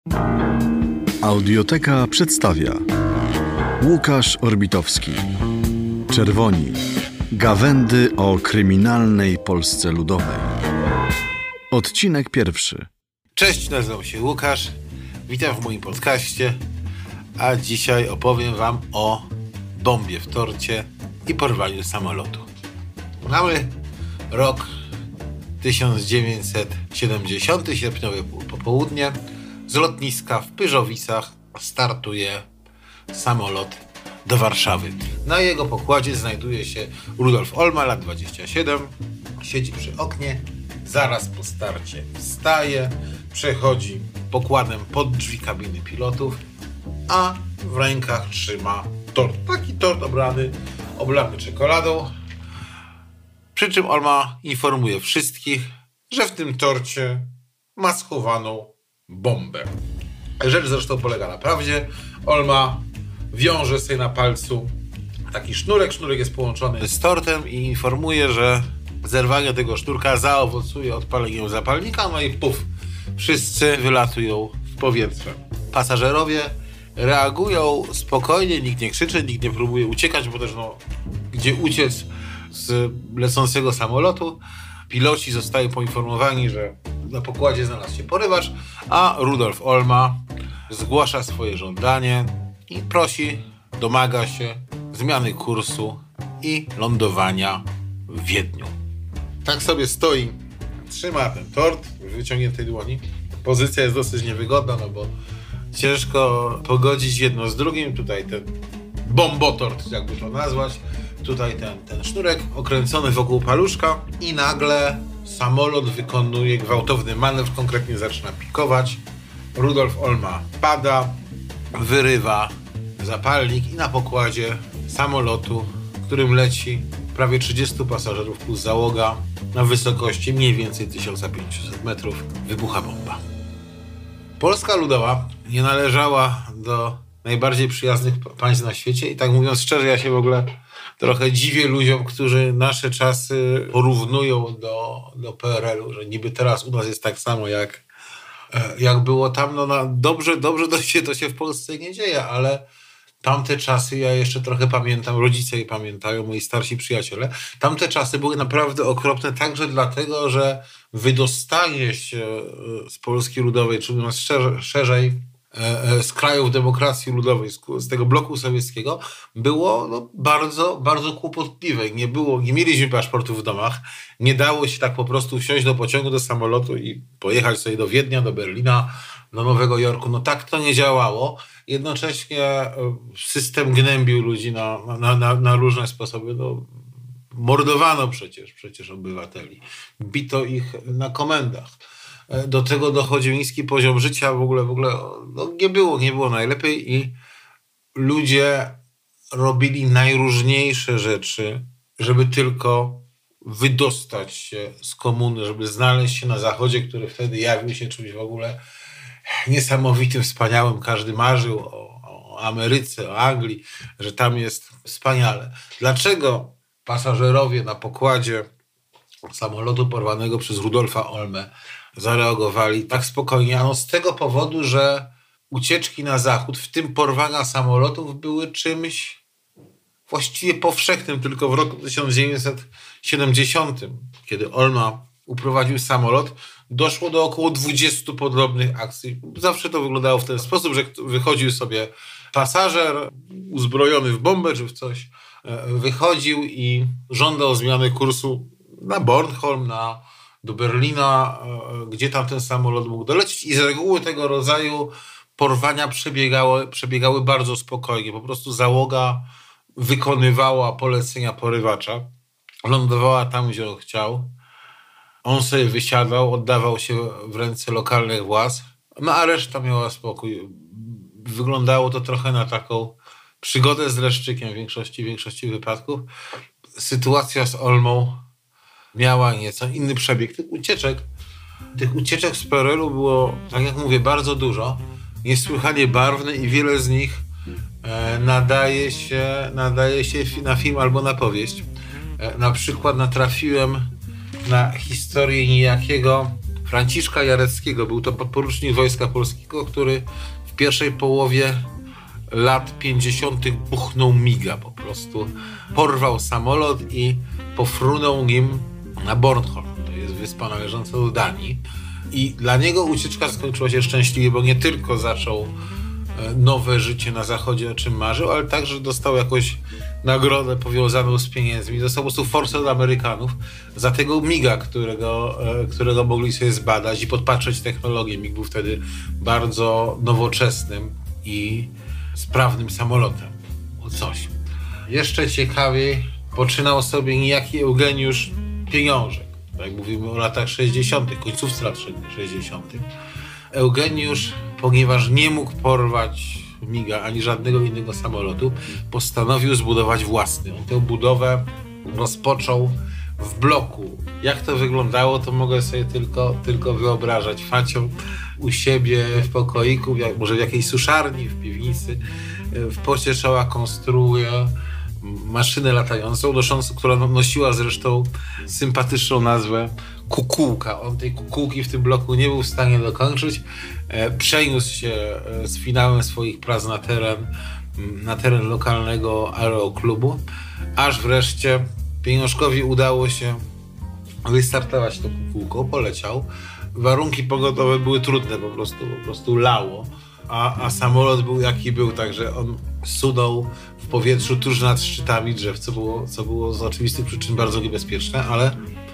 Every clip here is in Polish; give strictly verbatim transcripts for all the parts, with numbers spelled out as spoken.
Audioteka przedstawia Łukasz Orbitowski. Czerwoni. Gawędy o kryminalnej Polsce Ludowej. Odcinek pierwszy. Cześć, nazywam się Łukasz. Witam w moim podcaście. A dzisiaj opowiem wam o bombie w torcie i porwaniu samolotu. Mamy rok tysiąc dziewięćset siedemdziesiąty, sierpniowe popołudnie. Z lotniska w Pyrzowicach startuje samolot do Warszawy. Na jego pokładzie znajduje się Rudolf Olma, lat dwadzieścia siedem. Siedzi przy oknie, zaraz po starcie wstaje, przechodzi pokładem pod drzwi kabiny pilotów, a w rękach trzyma tort. Taki tort obrany, oblany czekoladą. Przy czym Olma informuje wszystkich, że w tym torcie ma schowaną bombę. Rzecz zresztą polega na prawdzie. Olma wiąże sobie na palcu taki sznurek. Sznurek jest połączony z tortem i informuje, że zerwanie tego sznurka zaowocuje odpaleniem zapalnika, no i puf, wszyscy wylatują w powietrze. Pasażerowie reagują spokojnie, nikt nie krzyczy, nikt nie próbuje uciekać, bo też no, gdzie uciec z lecącego samolotu. Piloci zostają poinformowani, że na pokładzie znalazł się porywacz, a Rudolf Olma zgłasza swoje żądanie i prosi, domaga się zmiany kursu i lądowania w Wiedniu. Tak sobie stoi, trzyma ten tort w wyciągniętej dłoni. Pozycja jest dosyć niewygodna, no bo ciężko pogodzić jedno z drugim. Tutaj ten bombotort, jakby to nazwać. Tutaj ten, ten sznurek okręcony wokół paluszka i nagle samolot wykonuje gwałtowny manewr, konkretnie zaczyna pikować. Rudolf Olma pada, wyrywa zapalnik i na pokładzie samolotu, którym leci prawie trzydziestu pasażerów plus załoga, na wysokości mniej więcej tysiąc pięćset metrów wybucha bomba. Polska Ludowa nie należała do najbardziej przyjaznych państw na świecie i tak mówiąc szczerze, ja się w ogóle trochę dziwię ludziom, którzy nasze czasy porównują do, do P R L u, że niby teraz u nas jest tak samo jak, jak było tam. No, no dobrze, dobrze to się, to się w Polsce nie dzieje, ale tamte czasy ja jeszcze trochę pamiętam, rodzice je pamiętają, moi starsi przyjaciele. Tamte czasy były naprawdę okropne także dlatego, że wydostanie się z Polski Ludowej, czy mówiąc szerzej, szerzej z krajów demokracji ludowej, z tego bloku sowieckiego, było no, bardzo, bardzo kłopotliwe. Nie było, nie mieliśmy paszportów w domach, nie dało się tak po prostu wsiąść do pociągu, do samolotu i pojechać sobie do Wiednia, do Berlina, do Nowego Jorku. No tak to nie działało. Jednocześnie system gnębił ludzi na, na, na, na różne sposoby. No, mordowano przecież, przecież obywateli. Bito ich na komendach. Do tego dochodził niski poziom życia, w ogóle, w ogóle no nie było, nie było najlepiej i ludzie robili najróżniejsze rzeczy, żeby tylko wydostać się z komuny, żeby znaleźć się na Zachodzie, który wtedy jawił się czymś w ogóle niesamowitym, wspaniałym. Każdy marzył o, o Ameryce, o Anglii, że tam jest wspaniale. Dlaczego pasażerowie na pokładzie samolotu porwanego przez Rudolfa Olmę zareagowali tak spokojnie? Ano z tego powodu, że ucieczki na zachód, w tym porwania samolotów, były czymś właściwie powszechnym. Tylko w roku tysiąc dziewięćset siedemdziesiątym, kiedy Olma uprowadził samolot, doszło do około dwudziestu podobnych akcji. Zawsze to wyglądało w ten sposób, że wychodził sobie pasażer uzbrojony w bombę czy w coś, wychodził i żądał zmiany kursu na Bornholm, na do Berlina, gdzie tam ten samolot mógł dolecieć, i z reguły tego rodzaju porwania przebiegały, przebiegały bardzo spokojnie. Po prostu załoga wykonywała polecenia porywacza, lądowała tam, gdzie on chciał. On sobie wysiadał, oddawał się w ręce lokalnych władz, no a reszta miała spokój. Wyglądało to trochę na taką przygodę z Leszczykiem w większości, w większości wypadków. Sytuacja z Olmą miała nieco inny przebieg. Tych ucieczek, tych ucieczek z P R L u było, tak jak mówię, bardzo dużo. Niesłychanie barwne i wiele z nich e, nadaje się, nadaje się na film albo na powieść. E, na przykład natrafiłem na historię niejakiego Franciszka Jareckiego. Był to podporucznik Wojska Polskiego, który w pierwszej połowie lat pięćdziesiątych buchnął miga po prostu. Porwał samolot i pofrunął nim na Bornholm. To jest wyspa należąca do Danii. I dla niego ucieczka skończyła się szczęśliwie, bo nie tylko zaczął nowe życie na zachodzie, o czym marzył, ale także dostał jakąś nagrodę powiązaną z pieniędzmi. Dostał po prostu forsę od Amerykanów za tego miga, którego, którego mogli sobie zbadać i podpatrzeć technologię. Mig był wtedy bardzo nowoczesnym i sprawnym samolotem. O coś. Jeszcze ciekawiej poczynał sobie niejaki Eugeniusz Pieniążek. Jak mówimy o latach sześćdziesiątych, końcówce lat sześćdziesiątych. Eugeniusz, ponieważ nie mógł porwać miga ani żadnego innego samolotu, postanowił zbudować własny. On tę budowę rozpoczął w bloku. Jak to wyglądało, to mogę sobie tylko, tylko wyobrażać. Facio u siebie w pokoiku, jak, może w jakiejś suszarni, w piwnicy, w pocie czoła konstruuje maszynę latającą, noszącą, która nosiła zresztą sympatyczną nazwę Kukułka. On tej kukułki w tym bloku nie był w stanie dokończyć. E, przeniósł się z finałem swoich prac na teren, na teren lokalnego aeroklubu, aż wreszcie Pieniążkowi udało się wystartować tą kukułką, poleciał. Warunki pogodowe były trudne, po prostu, po prostu lało, a, a samolot był jaki był, także on sunął w powietrzu tuż nad szczytami drzew, co było, co było z oczywistych przyczyn bardzo niebezpieczne, ale,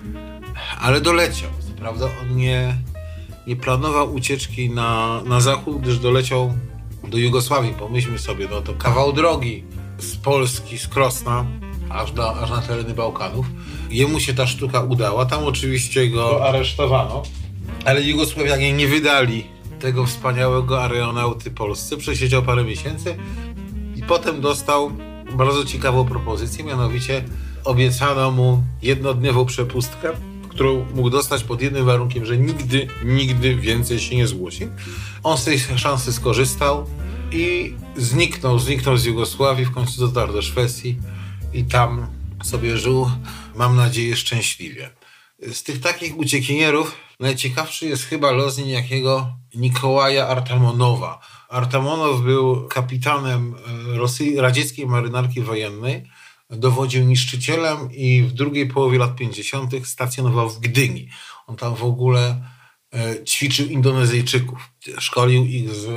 ale doleciał. Co prawda on nie, nie planował ucieczki na, na zachód, gdyż doleciał do Jugosławii. Pomyślmy sobie, no to kawał drogi z Polski, z Krosna, aż, do, aż na tereny Bałkanów. Jemu się ta sztuka udała, tam oczywiście go aresztowano, ale Jugosławianie nie wydali tego wspaniałego aeronauty Polsce. Przesiedział parę miesięcy i potem dostał bardzo ciekawą propozycję, mianowicie obiecano mu jednodniową przepustkę, którą mógł dostać pod jednym warunkiem, że nigdy, nigdy więcej się nie zgłosi. On z tej szansy skorzystał i zniknął, zniknął z Jugosławii, w końcu dotarł do Szwecji i tam sobie żył, mam nadzieję, szczęśliwie. Z tych takich uciekinierów najciekawszy jest chyba los niejakiego Nikołaja Artamonowa. Artamonow był kapitanem Rosji, radzieckiej marynarki wojennej, dowodził niszczycielem i w drugiej połowie lat pięćdziesiątych stacjonował w Gdyni. On tam w ogóle ćwiczył Indonezyjczyków, szkolił ich z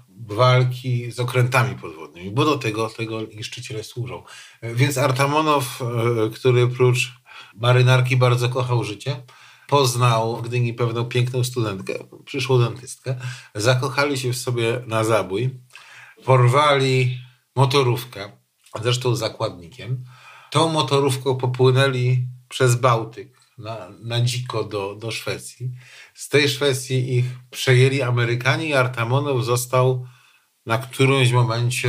walki z okrętami podwodnymi, bo do tego, tego niszczyciele służą. Więc Artamonow, który prócz marynarki bardzo kochał życie, poznał w Gdyni pewną piękną studentkę, przyszłą dentystkę, zakochali się w sobie na zabój, porwali motorówkę, zresztą zakładnikiem. Tą motorówką popłynęli przez Bałtyk na, na dziko do, do Szwecji. Z tej Szwecji ich przejęli Amerykanie i Artamonow został na którymś momencie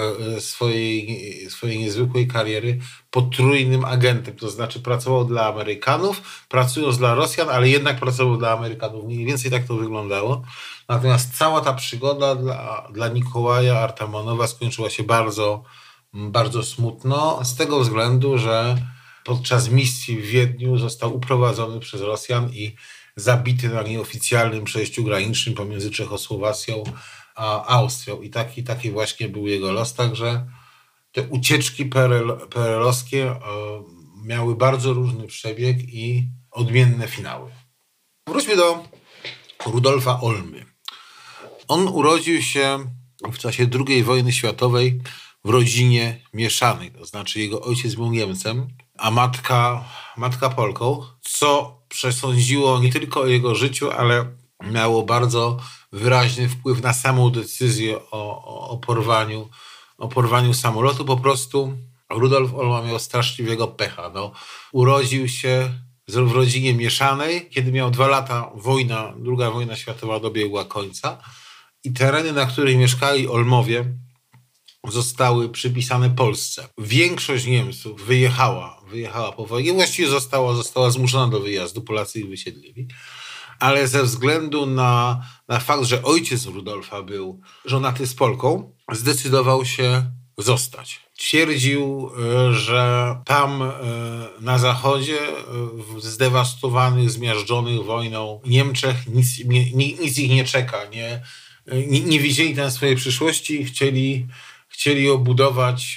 swojej, swojej niezwykłej kariery potrójnym agentem. To znaczy pracował dla Amerykanów, pracując dla Rosjan, ale jednak pracował dla Amerykanów. Mniej więcej tak to wyglądało. Natomiast cała ta przygoda dla, dla Nikołaja Artamonowa skończyła się bardzo, bardzo smutno, z tego względu, że podczas misji w Wiedniu został uprowadzony przez Rosjan i zabity na nieoficjalnym przejściu granicznym pomiędzy Czechosłowacją a Austrią. I taki, taki właśnie był jego los. Także te ucieczki P R L-owskie miały bardzo różny przebieg i odmienne finały. Wróćmy do Rudolfa Olmy. On urodził się w czasie drugiej wojny światowej w rodzinie mieszanej. To znaczy jego ojciec był Niemcem, a matka, matka Polką, co przesądziło nie tylko o jego życiu, ale miało bardzo wyraźny wpływ na samą decyzję o, o, o, porwaniu, o porwaniu samolotu. Po prostu Rudolf Olma miał straszliwego pecha. No, urodził się w rodzinie mieszanej. Kiedy miał dwa lata, wojna, druga wojna światowa dobiegła końca i tereny, na których mieszkali Olmowie, zostały przypisane Polsce. Większość Niemców wyjechała, wyjechała po wojnie. Właściwie została, została zmuszona do wyjazdu. Polacy ich wysiedlili. Ale ze względu na, na fakt, że ojciec Rudolfa był żonaty z Polką, zdecydował się zostać. Twierdził, że tam na zachodzie, w zdewastowanych, zmiażdżonych wojną Niemczech nic, nie, nic ich nie czeka. Nie, nie, nie widzieli tam swojej przyszłości i chcieli, chcieli obudować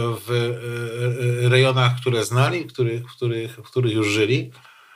w rejonach, które znali, w których, w których, w których już żyli.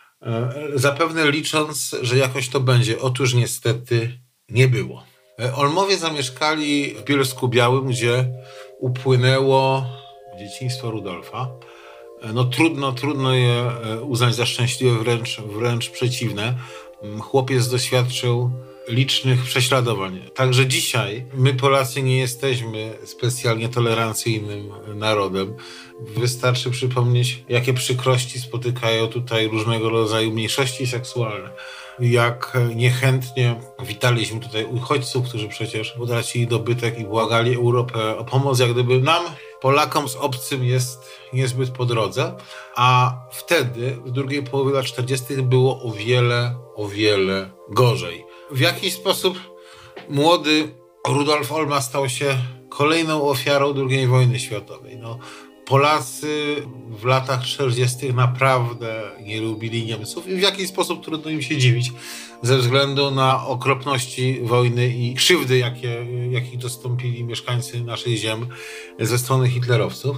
Zapewne licząc, że jakoś to będzie. Otóż niestety nie było. Olmowie zamieszkali w Bielsku Białym, gdzie upłynęło dzieciństwo Rudolfa. No trudno, trudno je uznać za szczęśliwe, wręcz, wręcz przeciwne. Chłopiec doświadczył licznych prześladowań. Także dzisiaj my Polacy nie jesteśmy specjalnie tolerancyjnym narodem. Wystarczy przypomnieć, jakie przykrości spotykają tutaj różnego rodzaju mniejszości seksualne. Jak niechętnie witaliśmy tutaj uchodźców, którzy przecież utracili dobytek i błagali Europę o pomoc, jak gdyby nam, Polakom z obcym jest niezbyt po drodze. A wtedy, w drugiej połowie lat czterdziestych było o wiele, o wiele gorzej. W jakiś sposób młody Rudolf Olma stał się kolejną ofiarą drugiej wojny światowej. No, Polacy w latach czterdziestych naprawdę nie lubili Niemców i w jakiś sposób trudno im się dziwić ze względu na okropności wojny i krzywdy, jakie, jakich dostąpili mieszkańcy naszej ziem ze strony hitlerowców.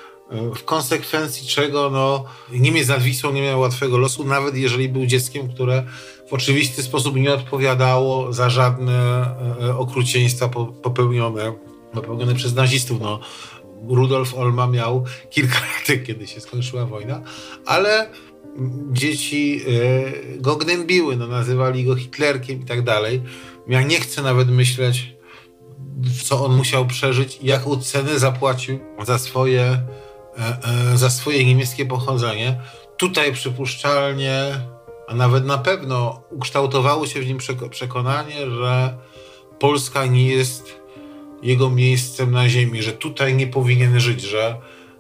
W konsekwencji czego no, Niemiec nad Wisłą nie miał łatwego losu, nawet jeżeli był dzieckiem, które w oczywisty sposób nie odpowiadało za żadne okrucieństwa popełnione, popełnione przez nazistów. No, Rudolf Olma miał kilka lat, kiedy się skończyła wojna, ale dzieci go gnębiły, no, nazywali go Hitlerkiem i tak dalej. Ja nie chcę nawet myśleć, co on musiał przeżyć i jaką cenę zapłacił za swoje, za swoje niemieckie pochodzenie. Tutaj przypuszczalnie, a nawet na pewno ukształtowało się w nim przekonanie, że Polska nie jest jego miejscem na ziemi, że tutaj nie powinien żyć, że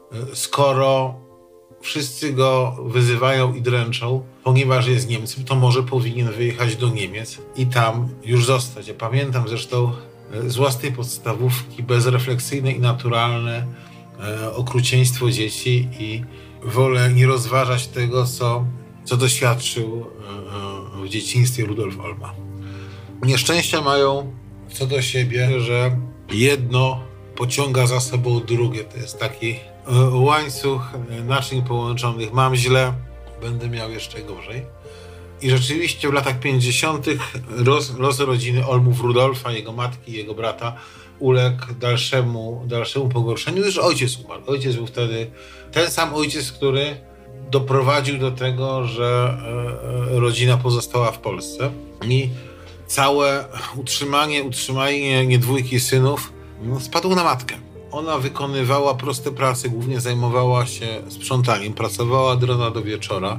skoro wszyscy go wyzywają i dręczą, ponieważ jest Niemcem, to może powinien wyjechać do Niemiec i tam już zostać. Ja pamiętam zresztą z własnej podstawówki bezrefleksyjne i naturalne okrucieństwo dzieci i wolę nie rozważać tego, co, co doświadczył w dzieciństwie Rudolf Olma. Nieszczęścia mają co do siebie, że jedno pociąga za sobą drugie. To jest taki łańcuch naczyń połączonych. Mam źle, będę miał jeszcze gorzej. I rzeczywiście w latach pięćdziesiątych los, los rodziny Olmów Rudolfa, jego matki, jego brata uległ dalszemu, dalszemu pogorszeniu, gdyż ojciec umarł. Ojciec był wtedy ten sam ojciec, który doprowadził do tego, że rodzina pozostała w Polsce. I całe utrzymanie, utrzymanie nie dwójki synów no, spadło na matkę. Ona wykonywała proste prace, głównie zajmowała się sprzątaniem, pracowała od rana do wieczora,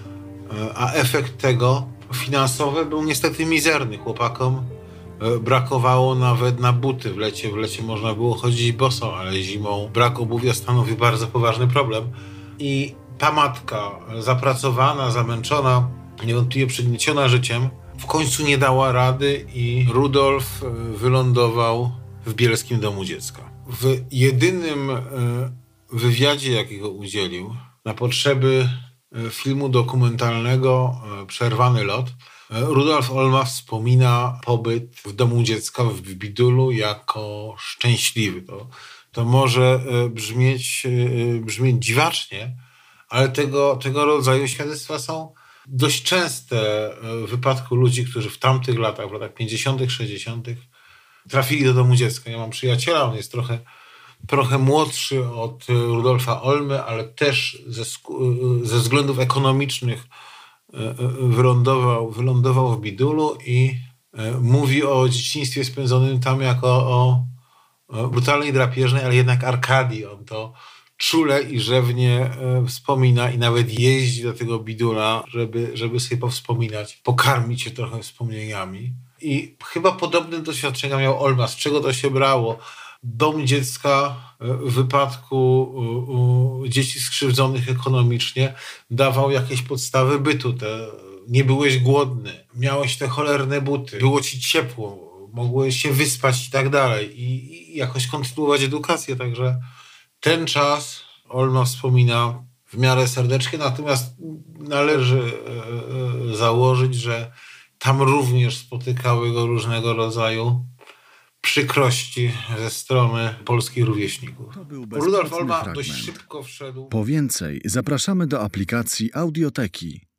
a efekt tego finansowy był niestety mizerny. Chłopakom brakowało nawet na buty. W lecie, w lecie można było chodzić boso, ale zimą brak obuwia stanowił bardzo poważny problem. I ta matka, zapracowana, zamęczona, niewątpliwie przygnieciona życiem, w końcu nie dała rady i Rudolf wylądował w Bielskim Domu Dziecka. W jedynym wywiadzie, jakiego udzielił, na potrzeby filmu dokumentalnego Przerwany lot, Rudolf Olma wspomina pobyt w Domu Dziecka w Bidulu jako szczęśliwy. To, to może brzmieć, brzmieć dziwacznie, ale tego, tego rodzaju świadectwa są dość częste w wypadku ludzi, którzy w tamtych latach, w latach pięćdziesiątych, sześćdziesiątych trafili do Domu Dziecka. Ja mam przyjaciela, on jest trochę, trochę młodszy od Rudolfa Olmy, ale też ze, ze względów ekonomicznych wylądował, wylądował w Bidulu i mówi o dzieciństwie spędzonym tam jako o, o brutalnej, drapieżnej, ale jednak Arkadii. On to czule i rzewnie wspomina i nawet jeździ do tego Bidula, żeby, żeby sobie powspominać, pokarmić się trochę wspomnieniami. I chyba podobne doświadczenia miał Olma. Z czego to się brało? Dom Dziecka w wypadku u, u dzieci skrzywdzonych ekonomicznie dawał jakieś podstawy bytu. Te, nie byłeś głodny, miałeś te cholerne buty, było ci ciepło, mogłeś się wyspać i tak dalej. I, i jakoś kontynuować edukację. Także Ten czas Olma wspomina w miarę serdecznie, natomiast należy założyć, że tam również spotykały go różnego rodzaju przykrości ze strony polskich rówieśników. Rudolf Olma dość szybko wszedł. Po więcej zapraszamy do aplikacji Audioteki.